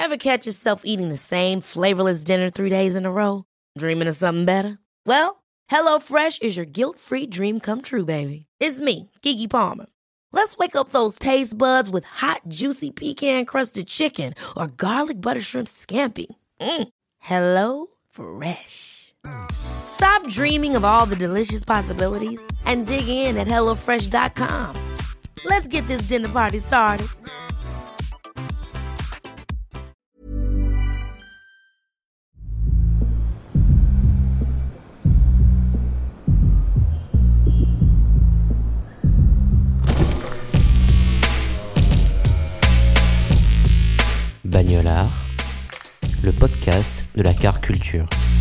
Ever catch yourself eating the same flavorless dinner 3 days in a row? Dreaming of something better? Well, HelloFresh is your guilt-free dream come true, baby. It's me, Keke Palmer. Let's wake up those taste buds with hot, juicy pecan-crusted chicken or garlic butter shrimp scampi. Hello Fresh. Stop dreaming of all the delicious possibilities and dig in at HelloFresh.com. Let's get this dinner party started. Bagnolard, le podcast de la car culture.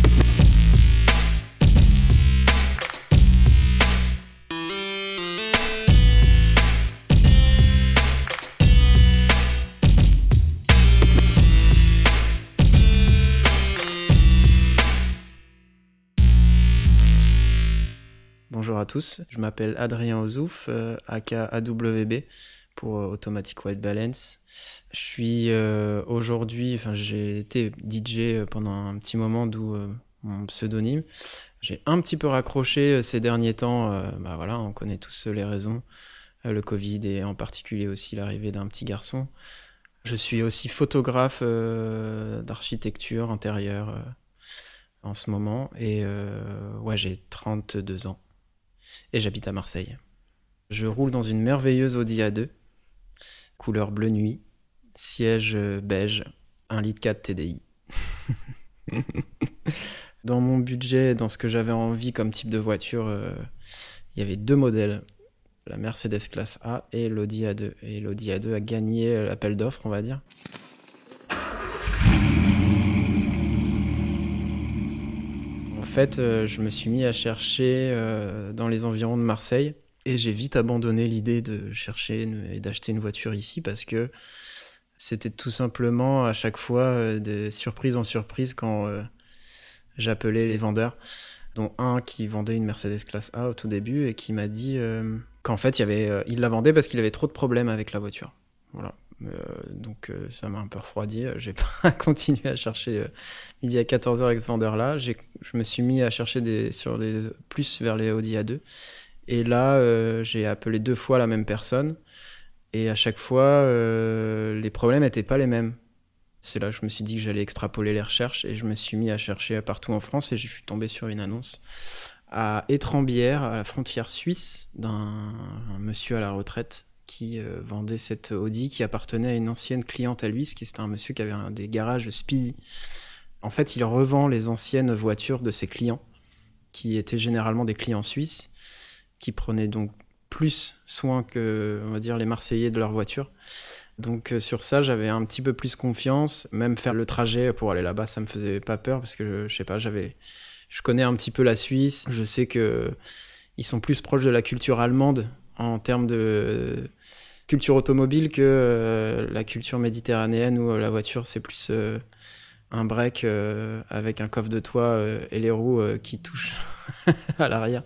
Bonjour à tous, je m'appelle Adrien Ozouf, aka AWB pour Automatic White Balance. Je suis j'ai été DJ pendant un petit moment, d'où mon pseudonyme. J'ai un petit peu raccroché ces derniers temps, on connaît tous les raisons, le Covid et en particulier aussi l'arrivée d'un petit garçon. Je suis aussi photographe d'architecture intérieure en ce moment et j'ai 32 ans et j'habite à Marseille. Je roule dans une merveilleuse Audi A2, couleur bleu nuit, siège beige, 1,4 litre TDI. Dans mon budget, dans ce que j'avais envie comme type de voiture, il y avait 2 modèles, la Mercedes Classe A et l'Audi A2. Et l'Audi A2 a gagné l'appel d'offres, on va dire. En fait, je me suis mis à chercher dans les environs de Marseille et j'ai vite abandonné l'idée de chercher et d'acheter une voiture ici parce que c'était tout simplement à chaque fois de surprise en surprise quand j'appelais les vendeurs, dont un qui vendait une Mercedes Classe A au tout début et qui m'a dit qu'en fait il la vendait parce qu'il avait trop de problèmes avec la voiture. Voilà. Donc ça m'a un peu refroidi, j'ai pas continué à chercher midi à 14h avec ce vendeur-là. Je me suis mis à chercher plus vers les Audi A2 et là j'ai appelé 2 fois la même personne. Et à chaque fois, les problèmes n'étaient pas les mêmes. C'est là que je me suis dit que j'allais extrapoler les recherches et je me suis mis à chercher partout en France et je suis tombé sur une annonce à Étrembières, à la frontière suisse, d'un monsieur à la retraite qui vendait cette Audi qui appartenait à une ancienne cliente à lui, c'était un monsieur qui avait des garages Speedy. En fait, il revend les anciennes voitures de ses clients, qui étaient généralement des clients suisses, qui prenaient donc plus soin que, on va dire, les Marseillais de leur voiture. Donc sur ça, j'avais un petit peu plus confiance. Même faire le trajet pour aller là-bas, ça me faisait pas peur parce que je connais un petit peu la Suisse. Je sais que ils sont plus proches de la culture allemande en termes de culture automobile que la culture méditerranéenne où la voiture c'est plus un break avec un coffre de toit et les roues qui touchent à l'arrière.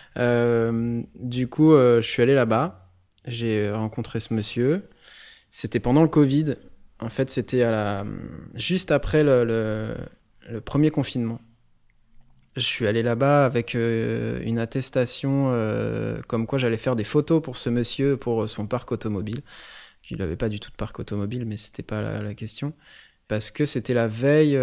Du coup, je suis allé là-bas, j'ai rencontré ce monsieur. C'était pendant le Covid. En fait, c'était juste après le premier confinement. Je suis allé là-bas avec une attestation comme quoi j'allais faire des photos pour ce monsieur, pour son parc automobile. Il n'avait pas du tout de parc automobile, mais c'était pas la question. Parce que c'était la veille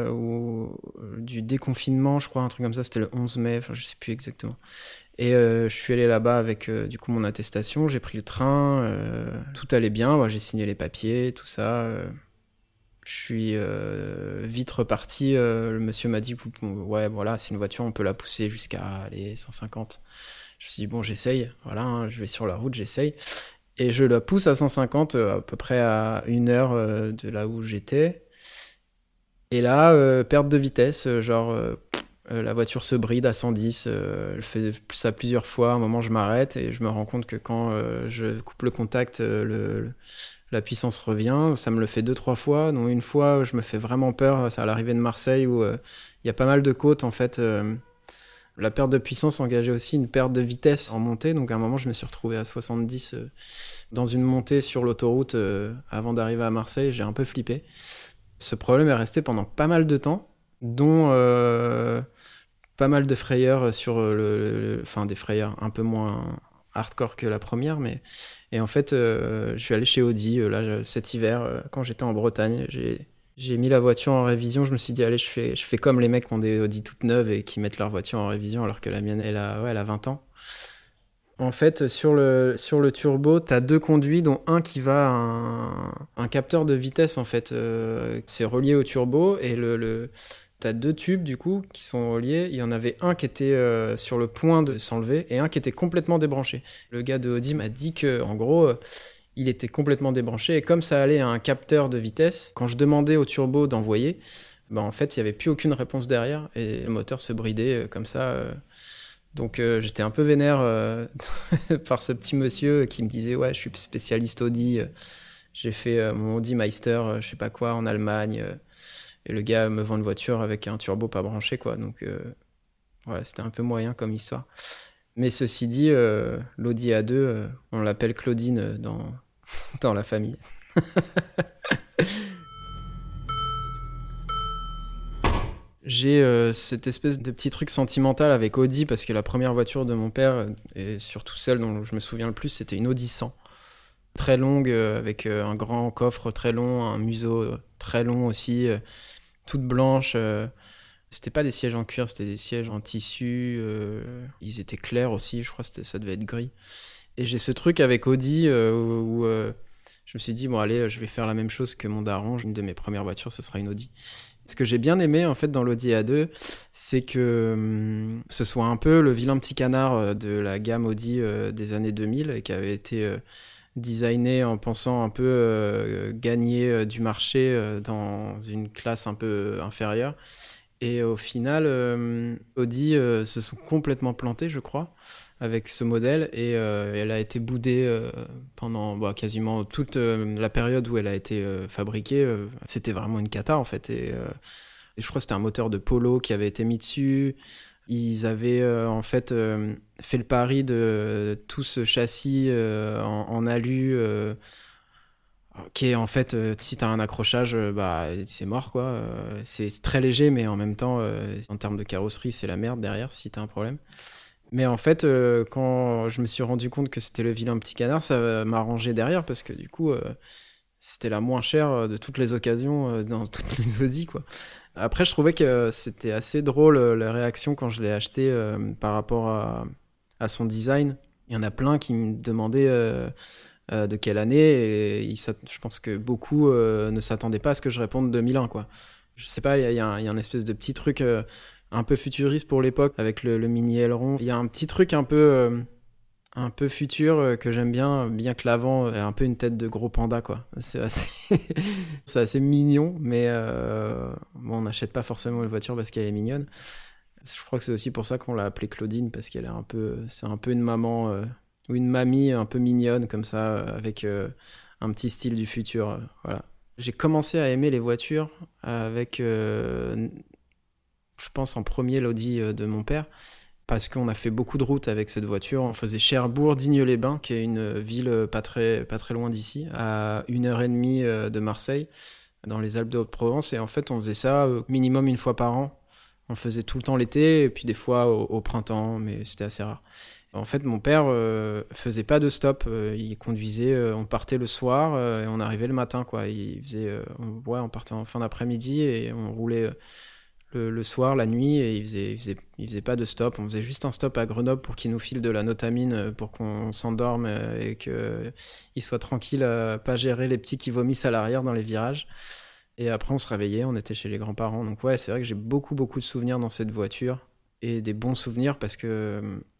du déconfinement, je crois, un truc comme ça, c'était le 11 mai, enfin je sais plus exactement. Et je suis allé là-bas avec du coup mon attestation, j'ai pris le train, tout allait bien, moi, j'ai signé les papiers, tout ça. Je suis vite reparti, le monsieur m'a dit ouais voilà, c'est une voiture, on peut la pousser jusqu'à 150. Je me suis dit bon, j'essaye, voilà, hein, je vais sur la route, j'essaye. Et je la pousse à 150, à peu près à 1 heure de là où j'étais. Et là, perte de vitesse, la voiture se bride à 110. Je fais ça plusieurs fois. À un moment, je m'arrête et je me rends compte que quand je coupe le contact, la puissance revient. Ça me le fait 2-3 fois. Donc une fois, je me fais vraiment peur. C'est à l'arrivée de Marseille où il y a pas mal de côtes, en fait. La perte de puissance engageait aussi une perte de vitesse en montée, donc à un moment je me suis retrouvé à 70 dans une montée sur l'autoroute avant d'arriver à Marseille, j'ai un peu flippé. Ce problème est resté pendant pas mal de temps, dont pas mal de frayeurs sur enfin des frayeurs un peu moins hardcore que la première, mais et en fait je suis allé chez Audi cet hiver quand j'étais en Bretagne, j'ai mis la voiture en révision, je me suis dit allez je fais comme les mecs qui ont des Audi toutes neuves et qui mettent leur voiture en révision alors que la mienne elle a 20 ans. En fait, sur le turbo, t'as 2 conduits, dont un qui va à un capteur de vitesse, en fait. C'est relié au turbo, et t'as 2 tubes, du coup, qui sont reliés. Il y en avait un qui était sur le point de s'enlever, et un qui était complètement débranché. Le gars de Audi m'a dit que, en gros, il était complètement débranché, et comme ça allait à un capteur de vitesse, quand je demandais au turbo d'envoyer, en fait, il n'y avait plus aucune réponse derrière, et le moteur se bridait comme ça... Donc j'étais un peu vénère par ce petit monsieur qui me disait ouais je suis spécialiste Audi, j'ai fait mon Audi Meister je sais pas quoi en Allemagne et le gars me vend une voiture avec un turbo pas branché quoi, donc voilà, c'était un peu moyen comme histoire. Mais ceci dit l'Audi A2 on l'appelle Claudine dans la famille. J'ai cette espèce de petit truc sentimental avec Audi parce que la première voiture de mon père, et surtout celle dont je me souviens le plus, c'était une Audi 100. Très longue, avec un grand coffre très long, un museau très long aussi, toute blanche. C'était pas des sièges en cuir, c'était des sièges en tissu. Ils étaient clairs aussi, je crois que ça devait être gris. Et j'ai ce truc avec Audi où je me suis dit, bon allez, je vais faire la même chose que mon daron. Une de mes premières voitures, ce sera une Audi. Ce que j'ai bien aimé en fait dans l'Audi A2, c'est que ce soit un peu le vilain petit canard de la gamme Audi des années 2000 et qui avait été designé en pensant un peu gagner du marché dans une classe un peu inférieure. Et au final, Audi se sont complètement plantés, je crois, avec ce modèle, et elle a été boudée pendant quasiment toute la période où elle a été fabriquée. C'était vraiment une cata, en fait. Et je crois que c'était un moteur de Polo qui avait été mis dessus. Ils avaient en fait fait le pari de tout ce châssis en alu qui est en fait, si t'as un accrochage, c'est mort quoi. C'est très léger, mais en même temps, en termes de carrosserie, c'est la merde derrière si t'as un problème. Mais en fait, quand je me suis rendu compte que c'était le vilain petit canard, ça m'a arrangé derrière parce que du coup, c'était la moins chère de toutes les occasions dans toutes les Audi quoi. Après, je trouvais que c'était assez drôle la réaction quand je l'ai acheté par rapport à son design. Il y en a plein qui me demandaient de quelle année, et je pense que beaucoup ne s'attendaient pas à ce que je réponde 2001 quoi. Je sais pas, il y a un espèce de petit truc un peu futuriste pour l'époque avec le mini aileron. Il y a un petit truc un peu futur que j'aime bien que l'avant ait un peu une tête de gros panda quoi. C'est assez mignon, mais on n'achète pas forcément une voiture parce qu'elle est mignonne. Je crois que c'est aussi pour ça qu'on l'a appelée Claudine, parce qu'elle est c'est un peu une maman ou une mamie un peu mignonne comme ça, avec un petit style du futur. Voilà. J'ai commencé à aimer les voitures avec, je pense en premier l'Audi de mon père, parce qu'on a fait beaucoup de routes avec cette voiture. On faisait Cherbourg, Digne-les-Bains, qui est une ville pas très loin d'ici, à 1h30 de Marseille, dans les Alpes de Haute-Provence. Et en fait, on faisait ça minimum une fois par an. On faisait tout le temps l'été, et puis des fois au printemps, mais c'était assez rare. En fait, mon père faisait pas de stop. Il conduisait, on partait le soir et on arrivait le matin, quoi. On partait en fin d'après-midi et on roulait le soir, la nuit, et il faisait pas de stop. On faisait juste un stop à Grenoble pour qu'il nous file de la notamine pour qu'on s'endorme et qu'il soit tranquille à pas gérer les petits qui vomissent à l'arrière dans les virages. Et après, on se réveillait, on était chez les grands-parents. Donc ouais, c'est vrai que j'ai beaucoup, beaucoup de souvenirs dans cette voiture. Et des bons souvenirs parce que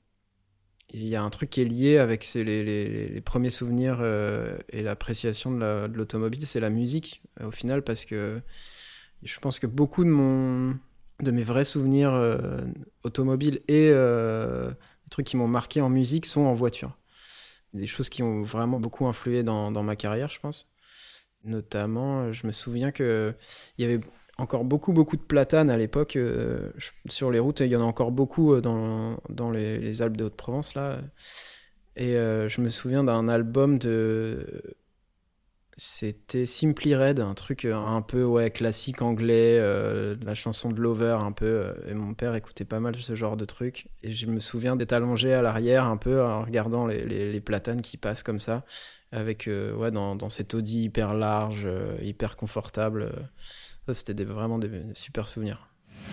il y a un truc qui est lié avec les premiers souvenirs et l'appréciation de l'automobile, c'est la musique, au final, parce que je pense que beaucoup de mes vrais souvenirs automobiles et les trucs qui m'ont marqué en musique sont en voiture. Des choses qui ont vraiment beaucoup influé dans ma carrière, je pense. Notamment, je me souviens qu'il y avait encore beaucoup de platanes à l'époque sur les routes. Il y en a encore beaucoup dans les Alpes de Haute-Provence là. Et je me souviens d'un album de C'était Simply Red, un truc un peu classique anglais, la chanson de Lover un peu. Et mon père écoutait pas mal ce genre de truc. Et je me souviens d'être allongé à l'arrière un peu en regardant les platanes qui passent comme ça, avec dans cet Audi hyper large, hyper confortable. Ça, c'était vraiment des super souvenirs.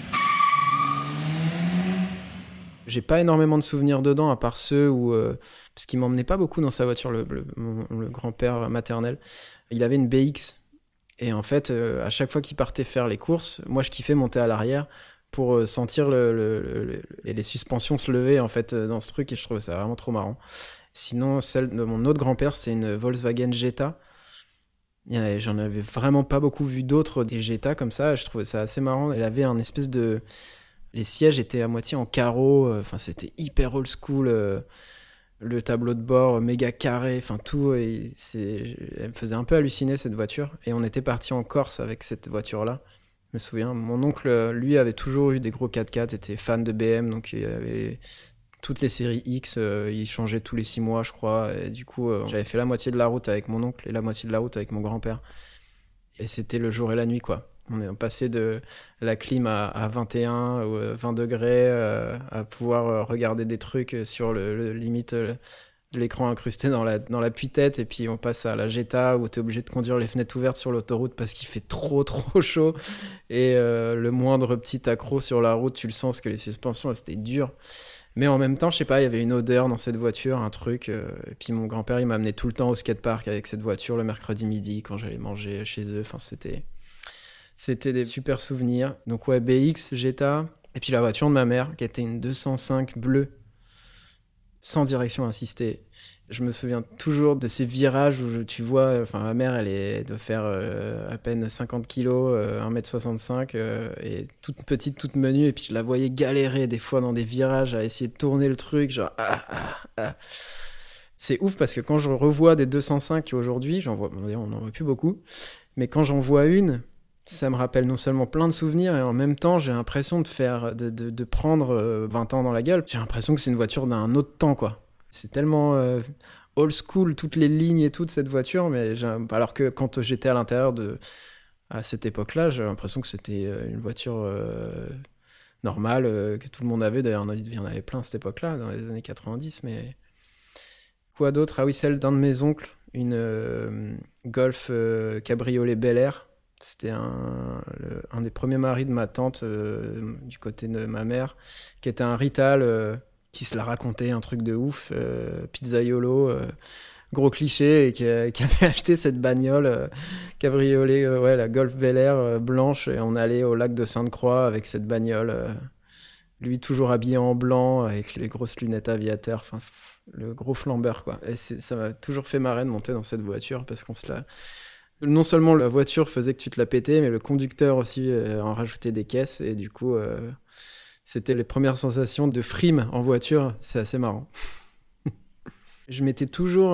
J'ai pas énormément de souvenirs dedans, à part ceux où... parce qu'il m'emmenait pas beaucoup dans sa voiture, le grand-père maternel. Il avait une BX. Et en fait, à chaque fois qu'il partait faire les courses, moi, je kiffais monter à l'arrière pour sentir et les suspensions se lever, en fait, dans ce truc. Et je trouvais ça vraiment trop marrant. Sinon, celle de mon autre grand-père, c'est une Volkswagen Jetta. J'en avais vraiment pas beaucoup vu d'autres, des Jetta comme ça. Je trouvais ça assez marrant. Elle avait un espèce de... Les sièges étaient à moitié en carreau, c'était hyper old school, le tableau de bord méga carré, tout, elle me faisait un peu halluciner cette voiture, et on était parti en Corse avec cette voiture-là, je me souviens. Mon oncle, lui, avait toujours eu des gros 4x4, était fan de BM, donc il avait toutes les séries X, il changeait tous les 6 mois, je crois, et du coup, j'avais fait la moitié de la route avec mon oncle, et la moitié de la route avec mon grand-père, et c'était le jour et la nuit, quoi. On est passé de la clim à 21 ou 20 degrés à pouvoir regarder des trucs sur le limite de l'écran incrusté dans la tête, et puis on passe à la Jetta où t'es obligé de conduire les fenêtres ouvertes sur l'autoroute parce qu'il fait trop chaud, et le moindre petit accroc sur la route, tu le sens parce que les suspensions, c'était dur. Mais en même temps, je sais pas, il y avait une odeur dans cette voiture, un truc. Et puis mon grand-père, il m'amenait tout le temps au skatepark avec cette voiture le mercredi midi quand j'allais manger chez eux. C'était des super souvenirs. Donc BX, Jetta. Et puis la voiture de ma mère, qui était une 205 bleue, sans direction assistée. Je me souviens toujours de ces virages où tu vois, ma mère, elle doit faire à peine 50 kilos, 1m65, et toute petite, toute menue. Et puis je la voyais galérer des fois dans des virages à essayer de tourner le truc, genre... C'est ouf parce que quand je revois des 205 aujourd'hui, on n'en voit plus beaucoup, mais quand j'en vois une... Ça me rappelle non seulement plein de souvenirs, et en même temps, j'ai l'impression de prendre 20 ans dans la gueule. J'ai l'impression que c'est une voiture d'un autre temps, quoi. C'est tellement old school, toutes les lignes et tout de cette voiture, alors que quand j'étais à l'intérieur à cette époque-là, j'ai l'impression que c'était une voiture normale, que tout le monde avait. D'ailleurs, il y en avait plein à cette époque-là, dans les années 90, mais... Quoi d'autre ? Ah oui, celle d'un de mes oncles, une Golf cabriolet Bel Air. C'était un des premiers maris de ma tante du côté de ma mère, qui était un rital qui se la racontait, un truc de ouf, pizzaiolo, gros cliché, et qui avait acheté cette bagnole cabriolet, la Golf Bel Air blanche, et on allait au lac de Sainte-Croix avec cette bagnole, lui toujours habillé en blanc, avec les grosses lunettes aviateurs, le gros flambeur, quoi. Et ça m'a toujours fait marrer de monter dans cette voiture, parce qu'on se la... Non seulement la voiture faisait que tu te la pétais, mais le conducteur aussi en rajoutait des caisses. Et du coup, c'était les premières sensations de frime en voiture. C'est assez marrant. Je m'étais toujours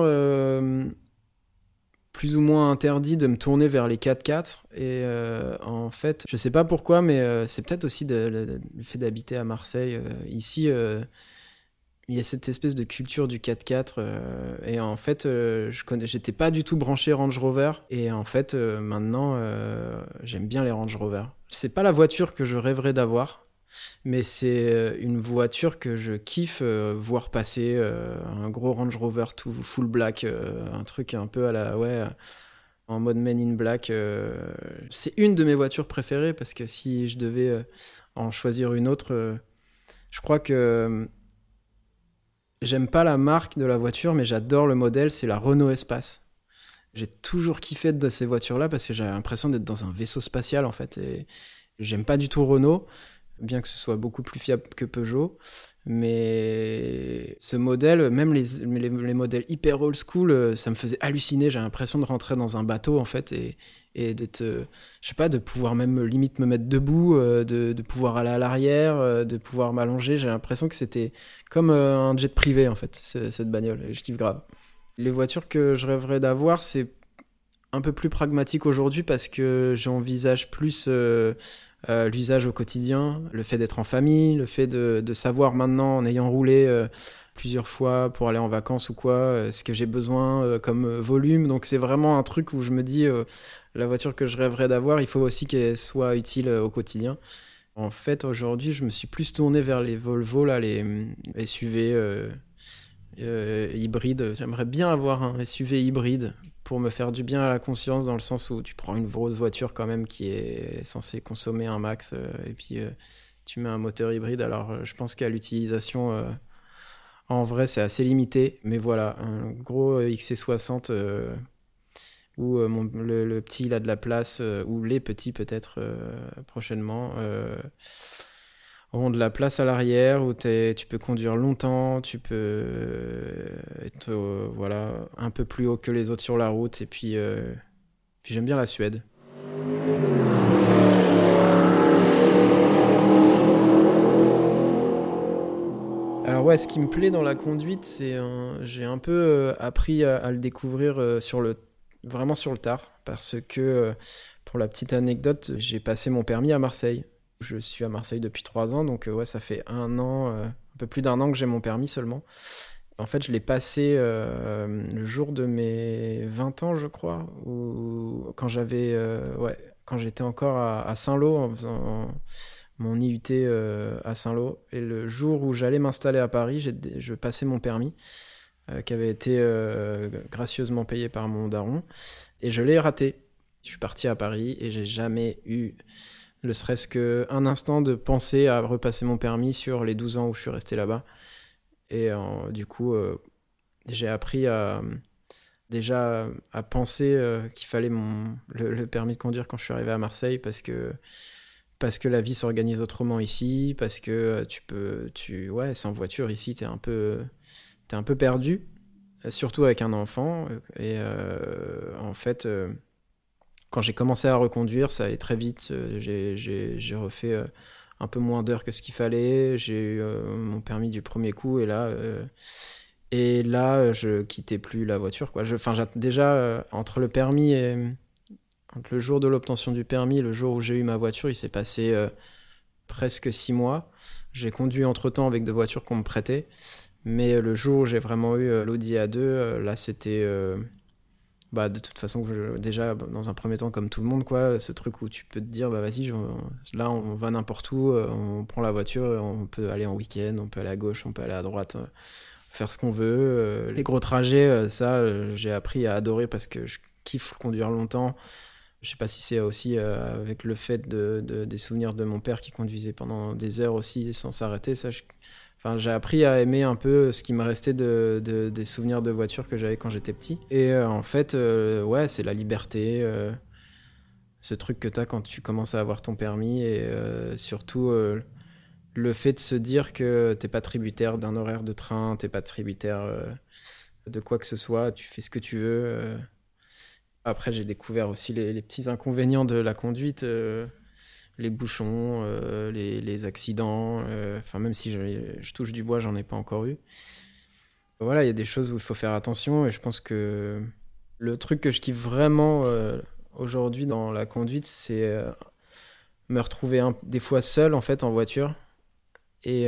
plus ou moins interdit de me tourner vers les 4x4. Et en fait, je sais pas pourquoi, mais c'est peut-être aussi le fait d'habiter à Marseille. Ici... il y a cette espèce de culture du 4x4 et en fait j'étais pas du tout branché Range Rover, et en fait maintenant j'aime bien les Range Rover. C'est pas la voiture que je rêverais d'avoir, mais c'est une voiture que je kiffe voir passer, un gros Range Rover tout full black, un truc un peu à la en mode Men in Black. C'est une de mes voitures préférées, parce que si je devais en choisir une autre, je crois que j'aime pas la marque de la voiture, mais j'adore le modèle, c'est la Renault Espace. J'ai toujours kiffé de ces voitures-là parce que j'ai l'impression d'être dans un vaisseau spatial, en fait. Et j'aime pas du tout Renault, bien que ce soit beaucoup plus fiable que Peugeot. Mais ce modèle, même les modèles hyper old school, ça me faisait halluciner. J'ai l'impression de rentrer dans un bateau, en fait, et d'être, je sais pas, de pouvoir même limite me mettre debout, de pouvoir aller à l'arrière, de pouvoir m'allonger. J'ai l'impression que c'était comme un jet privé, en fait, cette bagnole, et je kiffe grave. Les voitures que je rêverais d'avoir, c'est un peu plus pragmatique aujourd'hui, parce que j'envisage plus l'usage au quotidien, le fait d'être en famille, le fait de savoir maintenant, en ayant roulé plusieurs fois pour aller en vacances ou quoi, ce que j'ai besoin comme volume. Donc c'est vraiment un truc où je me dis, la voiture que je rêverais d'avoir, il faut aussi qu'elle soit utile au quotidien. En fait, aujourd'hui, je me suis plus tourné vers les Volvo, là, les SUV hybrides. J'aimerais bien avoir un SUV hybride pour me faire du bien à la conscience, dans le sens où tu prends une grosse voiture quand même qui est censée consommer un max, et puis tu mets un moteur hybride. Alors, je pense qu'à l'utilisation, en vrai, c'est assez limité. Mais voilà, un gros XC60 où le petit, il a de la place, ou les petits peut-être prochainement, auront de la place à l'arrière, où tu peux conduire longtemps, tu peux être voilà, un peu plus haut que les autres sur la route. Et puis j'aime bien la Suède. Alors ouais, ce qui me plaît dans la conduite, j'ai un peu appris à le découvrir vraiment sur le tard, parce que, pour la petite anecdote, j'ai passé mon permis à Marseille. Je suis à Marseille depuis 3 ans, donc ouais, ça fait un peu plus d'1 an que j'ai mon permis seulement. En fait, je l'ai passé le jour de mes 20 ans, je crois, ou quand j'étais encore à Saint-Lô, en faisant mon IUT à Saint-Lô. Et le jour où j'allais m'installer à Paris, je passais mon permis, qui avait été gracieusement payé par mon daron, et je l'ai raté. Je suis parti à Paris et j'ai jamais eu ne serait-ce qu'un instant de penser à repasser mon permis sur les 12 ans où je suis resté là-bas. Et du coup, j'ai appris déjà à penser qu'il fallait le permis de conduire quand je suis arrivé à Marseille, parce que la vie s'organise autrement ici, parce que sans voiture ici, t'es un peu perdu, surtout avec un enfant. Et en fait, quand j'ai commencé à reconduire, ça allait très vite. J'ai refait un peu moins d'heures que ce qu'il fallait. J'ai eu mon permis du premier coup, et là, je quittais plus la voiture, quoi. Déjà, entre le permis et entre le jour de l'obtention du permis et le jour où j'ai eu ma voiture, il s'est passé presque 6 mois. J'ai conduit entre-temps avec 2 voitures qu'on me prêtait. Mais le jour où j'ai vraiment eu l'Audi A2, là, c'était... de toute façon, déjà, dans un premier temps, comme tout le monde, quoi, ce truc où tu peux te dire, vas-y, là, on va n'importe où, on prend la voiture, on peut aller en week-end, on peut aller à gauche, on peut aller à droite, faire ce qu'on veut. Les gros trajets, j'ai appris à adorer, parce que je kiffe conduire longtemps. Je sais pas si c'est aussi avec le fait des souvenirs de mon père qui conduisait pendant des heures aussi sans s'arrêter. J'ai appris à aimer un peu ce qui me restait des souvenirs de voiture que j'avais quand j'étais petit. Et en fait, c'est la liberté, ce truc que t'as quand tu commences à avoir ton permis, et surtout le fait de se dire que t'es pas tributaire d'un horaire de train, t'es pas tributaire de quoi que ce soit, tu fais ce que tu veux. Après, j'ai découvert aussi les petits inconvénients de la conduite, les bouchons, les accidents. Même si je touche du bois, j'en ai pas encore eu. Voilà, il y a des choses où il faut faire attention, et je pense que le truc que je kiffe vraiment aujourd'hui dans la conduite, c'est me retrouver des fois seul, en fait, en voiture, et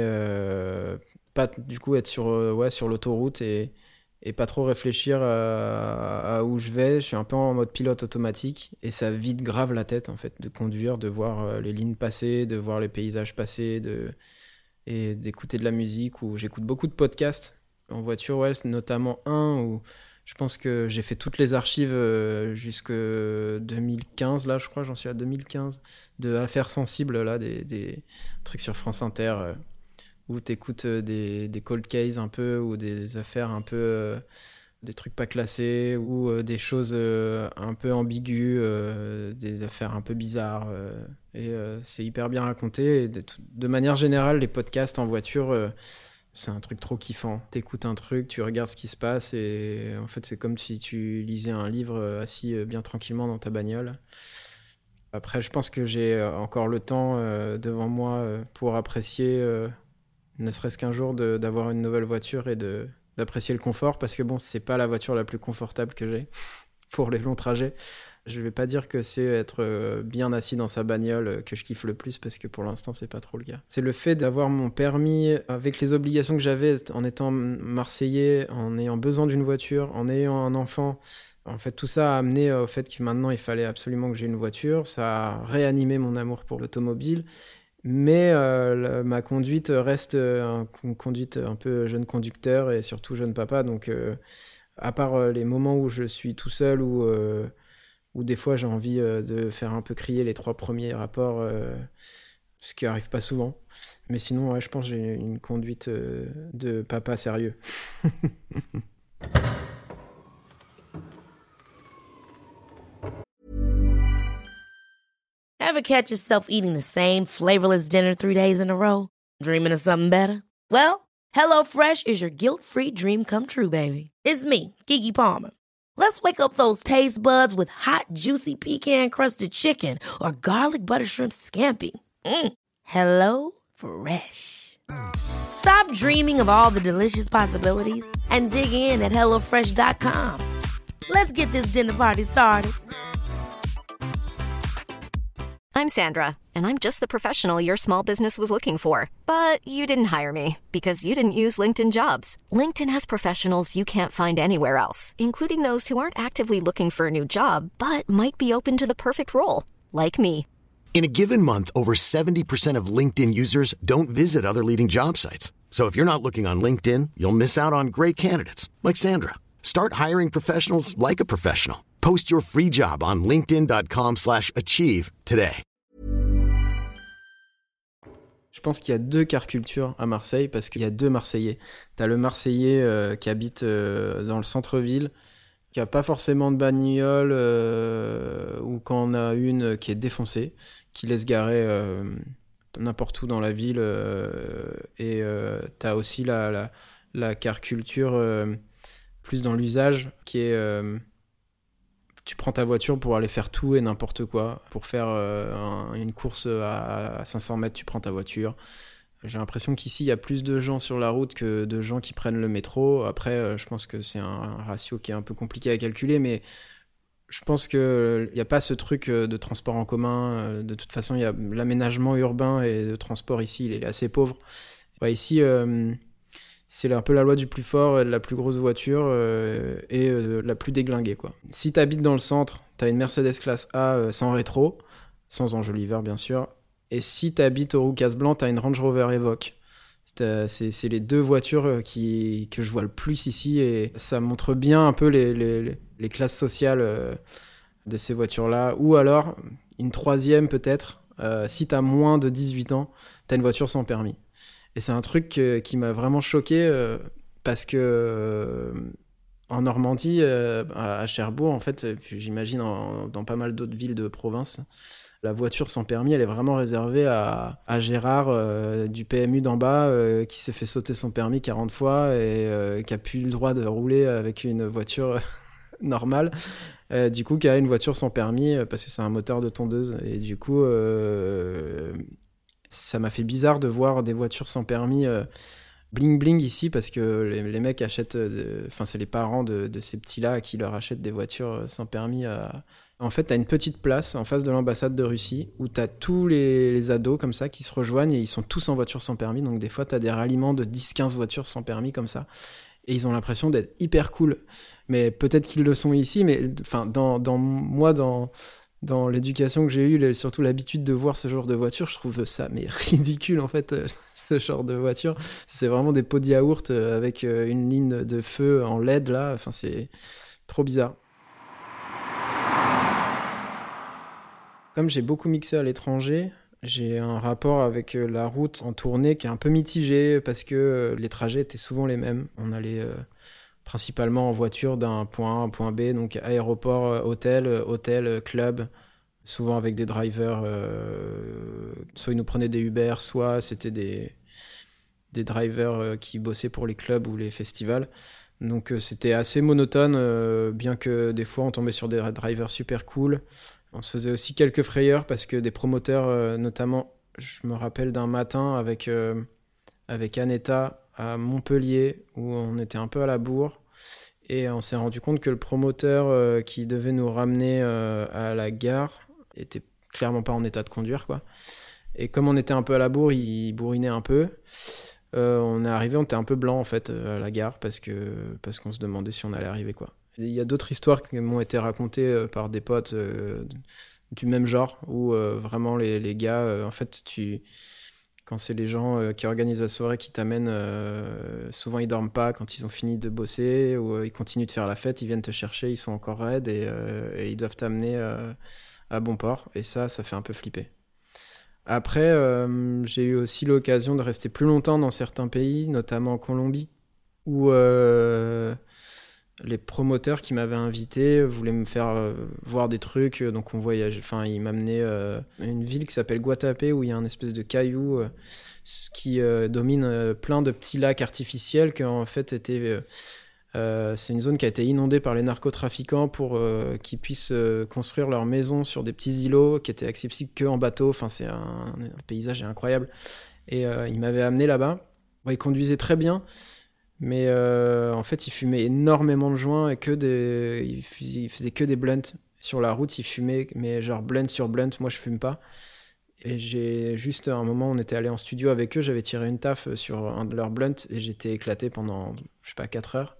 pas du coup être sur l'autoroute, et pas trop réfléchir à où je vais. Je suis un peu en mode pilote automatique, et ça vide grave la tête, en fait, de conduire, de voir les lignes passer, de voir les paysages passer, et d'écouter de la musique. Ou j'écoute beaucoup de podcasts en voiture, notamment un où je pense que j'ai fait toutes les archives jusque 2015, là je crois, j'en suis à 2015, de Affaires sensibles, là, des trucs sur France Inter, où t'écoutes des cold cases un peu, ou des affaires un peu, des trucs pas classés, ou des choses un peu ambiguës, des affaires un peu bizarres. Et c'est hyper bien raconté. Et de manière générale, les podcasts en voiture, c'est un truc trop kiffant. T'écoutes un truc, tu regardes ce qui se passe, et en fait, c'est comme si tu lisais un livre assis bien tranquillement dans ta bagnole. Après, je pense que j'ai encore le temps devant moi pour apprécier... ne serait-ce qu'un jour d'avoir une nouvelle voiture, et d'apprécier le confort, parce que bon, c'est pas la voiture la plus confortable que j'ai pour les longs trajets. Je vais pas dire que c'est être bien assis dans sa bagnole que je kiffe le plus, parce que pour l'instant, c'est pas trop le cas. C'est le fait d'avoir mon permis avec les obligations que j'avais en étant Marseillais, en ayant besoin d'une voiture, en ayant un enfant. En fait, tout ça a amené au fait que maintenant, il fallait absolument que j'ai une voiture. Ça a réanimé mon amour pour l'automobile. Mais ma conduite reste une conduite un peu jeune conducteur et surtout jeune papa. Donc, à part les moments où je suis tout seul ou des fois j'ai envie de faire un peu crier les 3 premiers rapports, ce qui arrive pas souvent. Mais sinon, ouais, je pense que j'ai une conduite de papa sérieux. Ever catch yourself eating the same flavorless dinner 3 days in a row? Dreaming of something better? Well, HelloFresh is your guilt-free dream come true, baby. It's me, Keke Palmer. Let's wake up those taste buds with hot, juicy pecan-crusted chicken or garlic butter shrimp scampi. Hello Fresh. Stop dreaming of all the delicious possibilities and dig in at HelloFresh.com. Let's get this dinner party started. I'm Sandra, and I'm just the professional your small business was looking for. But you didn't hire me because you didn't use LinkedIn Jobs. LinkedIn has professionals you can't find anywhere else, including those who aren't actively looking for a new job, but might be open to the perfect role, like me. In a given month, over 70% of LinkedIn users don't visit other leading job sites. So if you're not looking on LinkedIn, you'll miss out on great candidates like Sandra. Start hiring professionals like a professional. Post your free job on linkedin.com/achieve today. Je pense qu'il y a 2 car culture à Marseille parce qu'il y a 2 Marseillais. T'as le Marseillais qui habite dans le centre-ville, qui a pas forcément de bagnole ou quand on a une qui est défoncée, qui laisse garer n'importe où dans la ville. Et t'as aussi la car culture plus dans l'usage qui est... tu prends ta voiture pour aller faire tout et n'importe quoi. Pour faire une course à 500 mètres, tu prends ta voiture. J'ai l'impression qu'ici, il y a plus de gens sur la route que de gens qui prennent le métro. Après, je pense que c'est un ratio qui est un peu compliqué à calculer, mais je pense qu'il n'y a pas ce truc de transport en commun. De toute façon, il y a l'aménagement urbain et de transport ici, il est assez pauvre. Ouais, ici... c'est un peu la loi du plus fort, de la plus grosse voiture et la plus déglinguée, quoi. Si t'habites dans le centre, t'as une Mercedes classe A sans rétro, sans enjoliveur bien sûr. Et si t'habites au Roucas-Blanc, t'as une Range Rover Evoque. C'est les 2 voitures que je vois le plus ici et ça montre bien un peu les classes sociales de ces voitures-là. Ou alors, une 3e peut-être, si t'as moins de 18 ans, t'as une voiture sans permis. Et c'est un truc qui m'a vraiment choqué parce que en Normandie, à Cherbourg, en fait, j'imagine dans pas mal d'autres villes de province, la voiture sans permis, elle est vraiment réservée à Gérard du PMU d'en bas qui s'est fait sauter son permis 40 fois et qui a plus le droit de rouler avec une voiture normale. Du coup, qui a une voiture sans permis parce que c'est un moteur de tondeuse. Et du coup... ça m'a fait bizarre de voir des voitures sans permis bling bling ici parce que les mecs achètent, enfin c'est les parents de ces petits-là qui leur achètent des voitures sans permis. En fait, t'as une petite place en face de l'ambassade de Russie où t'as tous les ados comme ça qui se rejoignent et ils sont tous en voiture sans permis. Donc des fois, t'as des ralliements de 10-15 voitures sans permis comme ça. Et ils ont l'impression d'être hyper cool. Mais peut-être qu'ils le sont ici, mais enfin dans l'éducation que j'ai eue, surtout l'habitude de voir ce genre de voiture, je trouve ça mais ridicule en fait, ce genre de voiture. C'est vraiment des pots de yaourt avec une ligne de feu en LED là, enfin c'est trop bizarre. Comme j'ai beaucoup mixé à l'étranger, j'ai un rapport avec la route en tournée qui est un peu mitigé parce que les trajets étaient souvent les mêmes. On allait... principalement en voiture d'un point A à un point B, donc aéroport, hôtel, club, souvent avec des drivers, soit ils nous prenaient des Uber, soit c'était des drivers qui bossaient pour les clubs ou les festivals. Donc c'était assez monotone, bien que des fois on tombait sur des drivers super cool. On se faisait aussi quelques frayeurs parce que des promoteurs, notamment, je me rappelle d'un matin avec Aneta à Montpellier où on était un peu à la bourre Et on s'est rendu compte que le promoteur qui devait nous ramener à la gare était clairement pas en état de conduire, quoi. Et comme on était un peu à la bourre, il bourrinait un peu. On est arrivé, on était un peu blanc en fait à la gare parce qu'on se demandait si on allait arriver, quoi. Il y a d'autres histoires qui m'ont été racontées par des potes du même genre où vraiment les gars, en fait, quand c'est les gens qui organisent la soirée qui t'amènent, souvent ils dorment pas quand ils ont fini de bosser ou ils continuent de faire la fête, ils viennent te chercher, ils sont encore raides et ils doivent t'amener à bon port. Et ça fait un peu flipper. Après, j'ai eu aussi l'occasion de rester plus longtemps dans certains pays, notamment en Colombie, où les promoteurs qui m'avaient invité voulaient me faire voir des trucs, donc on voyageait. Enfin, ils m'amenaient à une ville qui s'appelle Guatapé, où il y a un espèce de caillou qui domine plein de petits lacs artificiels qui en fait étaient... c'est une zone qui a été inondée par les narcotrafiquants pour qu'ils puissent construire leurs maisons sur des petits îlots qui étaient accessibles qu'en bateau. Enfin, le paysage est incroyable. Et ils m'avaient amené là-bas. Bon, ils conduisaient très bien, mais en fait, ils fumaient énormément de joints et ils faisaient que des blunts. Sur la route, ils fumaient, mais genre blunt sur blunt. Moi, je fume pas. Et j'ai juste, à un moment, on était allé en studio avec eux, j'avais tiré une taf sur un de leurs blunts et j'étais éclaté pendant, je sais pas, 4 heures.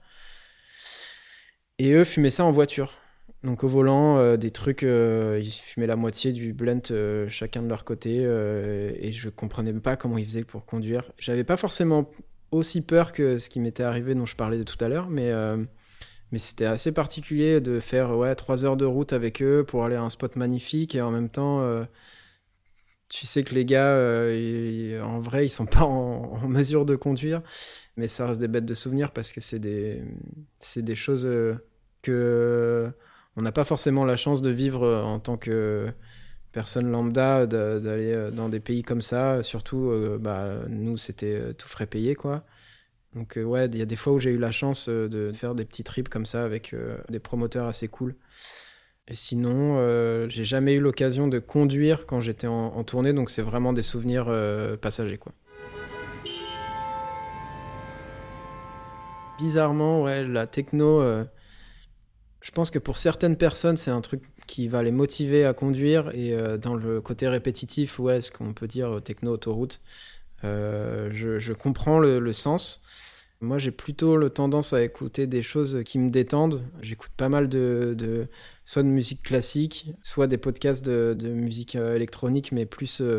Et eux fumaient ça en voiture. Donc au volant, des trucs, ils fumaient la moitié du blunt chacun de leur côté. Et je comprenais pas comment ils faisaient pour conduire. J'avais pas forcément aussi peur que ce qui m'était arrivé dont je parlais de tout à l'heure, mais c'était assez particulier de faire 3 heures de route avec eux pour aller à un spot magnifique. Et en même temps, tu sais que les gars, en vrai, ils sont pas en mesure de conduire. Mais ça reste des bêtes de souvenirs parce que c'est des choses que on n'a pas forcément la chance de vivre en tant que personne lambda, d'aller dans des pays comme ça. Surtout, nous, c'était tout frais payé, quoi. Donc il y a des fois où j'ai eu la chance de faire des petits trips comme ça avec des promoteurs assez cool. Et sinon, j'ai jamais eu l'occasion de conduire quand j'étais en tournée, donc c'est vraiment des souvenirs passagers, quoi. Bizarrement, la techno, je pense que pour certaines personnes, c'est un truc qui va les motiver à conduire. Et dans le côté répétitif, ce qu'on peut dire techno autoroute, je comprends le sens. Moi, j'ai plutôt tendance à écouter des choses qui me détendent. J'écoute pas mal soit de musique classique, soit des podcasts de musique électronique, mais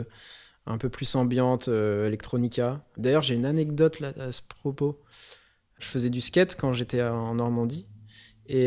un peu plus ambiante, electronica. D'ailleurs, j'ai une anecdote là, à ce propos. Je faisais du skate quand j'étais en Normandie. Et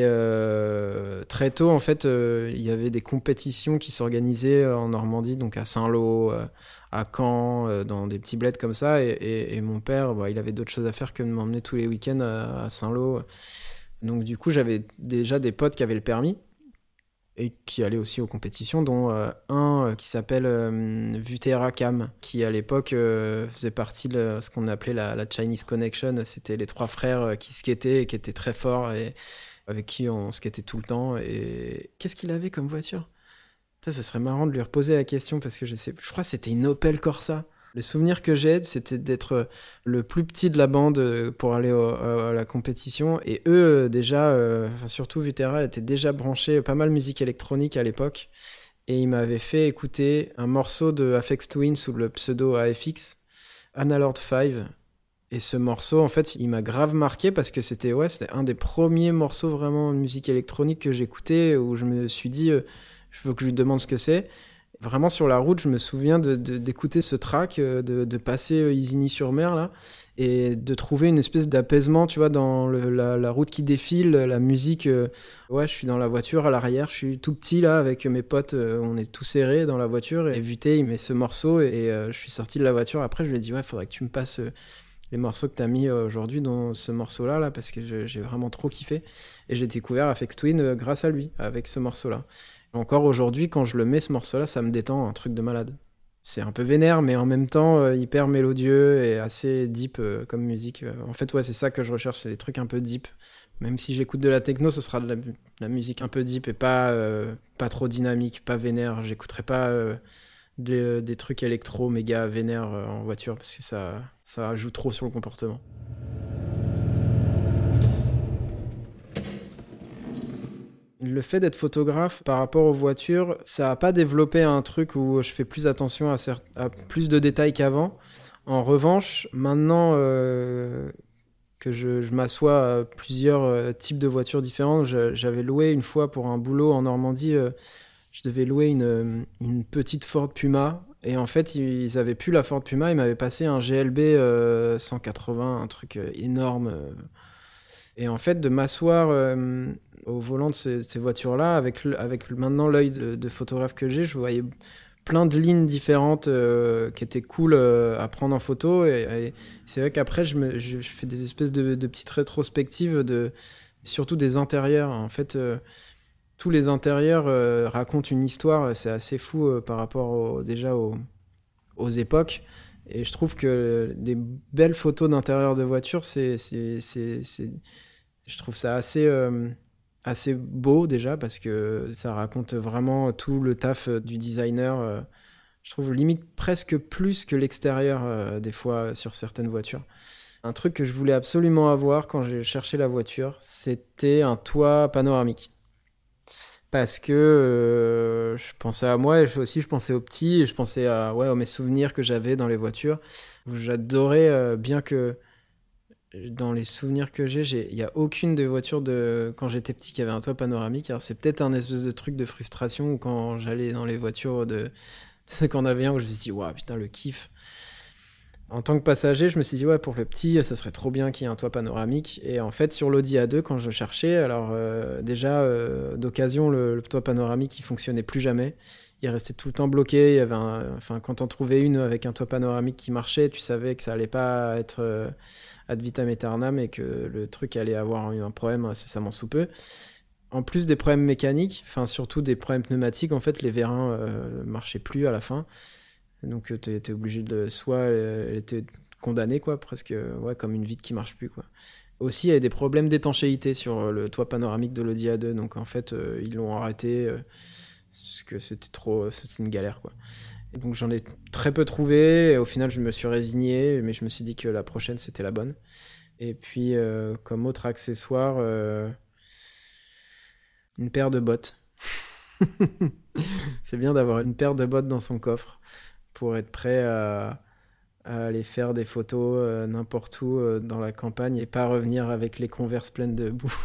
très tôt, en fait, il y avait des compétitions qui s'organisaient en Normandie, donc à Saint-Lô, à Caen, dans des petits bleds comme ça. Et mon père, il avait d'autres choses à faire que de m'emmener tous les week-ends à Saint-Lô. Donc du coup, j'avais déjà des potes qui avaient le permis et qui allaient aussi aux compétitions, dont un qui s'appelle Vutera Cam, qui à l'époque faisait partie de ce qu'on appelait la Chinese Connection. C'était les 3 frères qui skataient et qui étaient très forts et avec qui on skatait tout le temps. Et qu'est-ce qu'il avait comme voiture ? Ça serait marrant de lui reposer la question parce que je crois que c'était une Opel Corsa. Le souvenir que j'ai, c'était d'être le plus petit de la bande pour aller à la compétition. Et eux, déjà, surtout Vutera, était déjà branché pas mal musique électronique à l'époque. Et il m'avait fait écouter un morceau de Aphex Twin sous le pseudo AFX, Analord 5. Et ce morceau, en fait, il m'a grave marqué parce que c'était un des premiers morceaux vraiment de musique électronique que j'écoutais où je me suis dit, je veux que je lui demande ce que c'est. Vraiment sur la route, je me souviens d'écouter ce track, de passer Isigny-sur-Mer là, et de trouver une espèce d'apaisement, tu vois, dans la route qui défile, la musique. Je suis dans la voiture à l'arrière, je suis tout petit là avec mes potes, on est tous serrés dans la voiture. Et Vuté, il met ce morceau et je suis sorti de la voiture. Après, je lui ai dit, faudrait que tu me passes les morceaux que t'as mis aujourd'hui dans ce morceau-là, là, parce que j'ai vraiment trop kiffé. Et j'ai découvert Aphex Twin grâce à lui, avec ce morceau-là. Encore aujourd'hui, quand je le mets, ce morceau-là, ça me détend, un truc de malade. C'est un peu vénère, mais en même temps, hyper mélodieux et assez deep comme musique. En fait, c'est ça que je recherche, c'est des trucs un peu deep. Même si j'écoute de la techno, ce sera de la musique un peu deep et pas trop dynamique, pas vénère. J'écouterai pas des trucs électro méga vénères en voiture, parce que ça joue trop sur le comportement. Le fait d'être photographe par rapport aux voitures, ça n'a pas développé un truc où je fais plus attention à plus de détails qu'avant. En revanche, maintenant que je m'assois à plusieurs types de voitures différentes, j'avais loué une fois pour un boulot en Normandie, je devais louer une petite Ford Puma. Et en fait, ils avaient plus la Ford Puma, ils m'avaient passé un GLB 180, un truc énorme. Et en fait, de m'asseoir au volant de ces voitures-là, avec maintenant l'œil de photographe que j'ai, je voyais plein de lignes différentes qui étaient cool à prendre en photo. Et c'est vrai qu'après, je fais des espèces de petites rétrospectives, surtout des intérieurs. En fait, tous les intérieurs racontent une histoire. C'est assez fou par rapport déjà aux époques. Et je trouve que des belles photos d'intérieur de voiture, je trouve ça assez beau déjà, parce que ça raconte vraiment tout le taf du designer. Je trouve limite presque plus que l'extérieur des fois sur certaines voitures. Un truc que je voulais absolument avoir quand j'ai cherché la voiture, c'était un toit panoramique. Parce que je pensais à moi, et je pensais aux petits, et je pensais à mes souvenirs que j'avais dans les voitures. J'adorais, bien que dans les souvenirs que il n'y a aucune des voitures de quand j'étais petit qui avait un toit panoramique. Alors c'est peut-être un espèce de truc de frustration, ou quand j'allais dans les voitures de ceux qu'on avait un, où je me suis dit, waouh, putain, le kiff. En tant que passager, je me suis dit, ouais, pour le petit, ça serait trop bien qu'il y ait un toit panoramique. Et en fait, sur l'Audi A2, quand je cherchais, alors déjà, d'occasion, le toit panoramique, il fonctionnait plus jamais. Il restait tout le temps bloqué. Il y avait quand on trouvait une avec un toit panoramique qui marchait, tu savais que ça allait pas être ad vitam aeternam, et que le truc allait avoir un problème incessamment sous peu. En plus des problèmes mécaniques, surtout des problèmes pneumatiques, en fait, les vérins marchaient plus à la fin. Donc tu étais obligé soit elle était condamnée, quoi, presque comme une vitre qui marche plus, quoi. Aussi, il y avait des problèmes d'étanchéité sur le toit panoramique de l'Audi A2, donc en fait ils l'ont arrêté parce que c'était une galère, quoi. Et donc j'en ai très peu trouvé, et au final je me suis résigné, mais je me suis dit que la prochaine c'était la bonne. Et puis comme autre accessoire, une paire de bottes. C'est bien d'avoir une paire de bottes dans son coffre pour être prêt à aller faire des photos n'importe où dans la campagne, et pas revenir avec les Converse pleines de boue.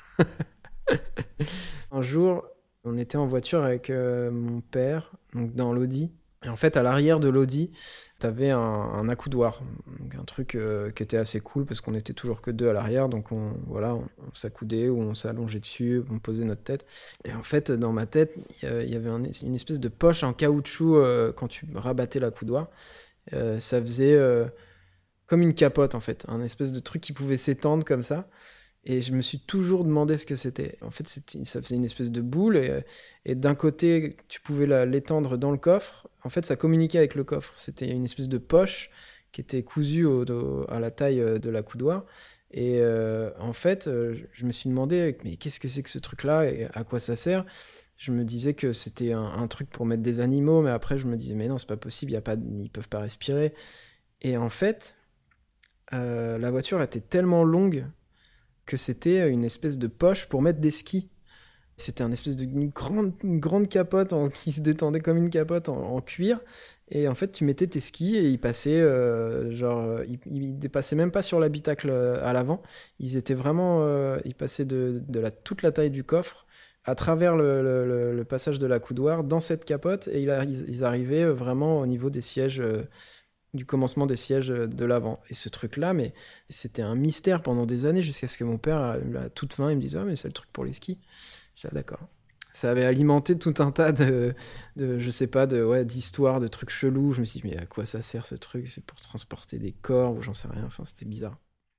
Un jour, on était en voiture avec mon père, donc dans l'Audi. Et en fait, à l'arrière de l'Audi, t'avais un accoudoir, donc un truc qui était assez cool, parce qu'on était toujours que deux à l'arrière, donc on s'accoudait, ou on s'allongeait dessus, on posait notre tête. Et en fait, dans ma tête, il y avait une espèce de poche en caoutchouc quand tu rabattais l'accoudoir. Ça faisait comme une capote, en fait, un espèce de truc qui pouvait s'étendre comme ça. Et je me suis toujours demandé ce que c'était. En fait, ça faisait une espèce de boule, et d'un côté, tu pouvais l'étendre dans le coffre. En fait, ça communiquait avec le coffre. C'était une espèce de poche qui était cousue à la taille de l'accoudoir. Et en fait, je me suis demandé, mais qu'est-ce que c'est que ce truc-là, et à quoi ça sert ? Je me disais que c'était un truc pour mettre des animaux, mais après, je me disais, mais non, c'est pas possible, ils peuvent pas respirer. Et en fait, la voiture était tellement longue que c'était une espèce de poche pour mettre des skis. C'était une espèce une grande capote qui se détendait comme une capote en cuir. Et en fait, tu mettais tes skis, et ils passaient, ils dépassaient même pas sur l'habitacle à l'avant. Ils étaient vraiment, ils passaient de toute la taille du coffre à travers le passage de l'accoudoir dans cette capote, et ils arrivaient vraiment au niveau des sièges, du commencement des sièges de l'avant. Et ce truc-là, mais c'était un mystère pendant des années, jusqu'à ce que mon père, à toute fin, il me dise « Ah, mais c'est le truc pour les skis ». J'ai dit « D'accord ». Ça avait alimenté tout un tas d'histoires, de trucs chelous. Je me suis dit « Mais à quoi ça sert ce truc ? C'est pour transporter des corps ou j'en sais rien ». Enfin, c'était bizarre.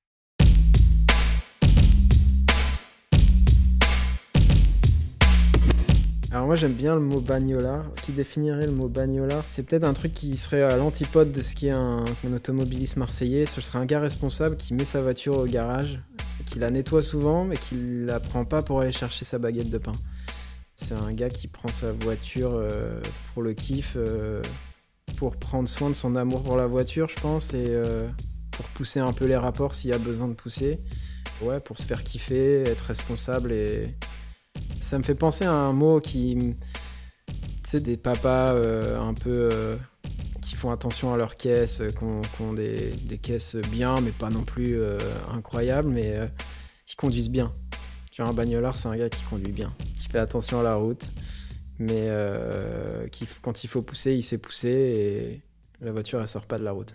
Alors moi j'aime bien le mot bagnolard. Ce qui définirait le mot bagnolard, c'est peut-être un truc qui serait à l'antipode de ce qu'est un automobiliste marseillais. Ce serait un gars responsable qui met sa voiture au garage, qui la nettoie souvent, mais qui la prend pas pour aller chercher sa baguette de pain. C'est un gars qui prend sa voiture pour le kiff, pour prendre soin de son amour pour la voiture, je pense, et pour pousser un peu les rapports s'il y a besoin de pousser. Ouais, pour se faire kiffer, être responsable et Ça me fait penser à un mot qui... Tu sais, des papas un peu... qui font attention à leurs caisses, qui ont des caisses bien, mais pas non plus incroyables, mais qui conduisent bien. Tu vois, un bagnolard, c'est un gars qui conduit bien, qui fait attention à la route, mais quand il faut pousser, il sait pousser, et la voiture, elle sort pas de la route.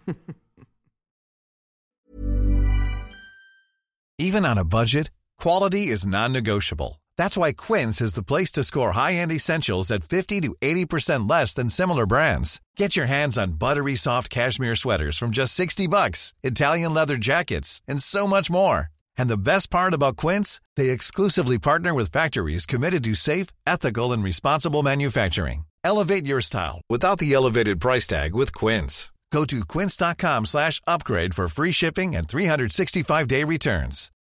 Even on a budget, quality is non-negotiable. That's why Quince is the place to score high-end essentials at 50 to 80% less than similar brands. Get your hands on buttery soft cashmere sweaters from just $60, Italian leather jackets, and so much more. And the best part about Quince, they exclusively partner with factories committed to safe, ethical, and responsible manufacturing. Elevate your style without the elevated price tag with Quince. Go to quince.com/upgrade for free shipping and 365-day returns.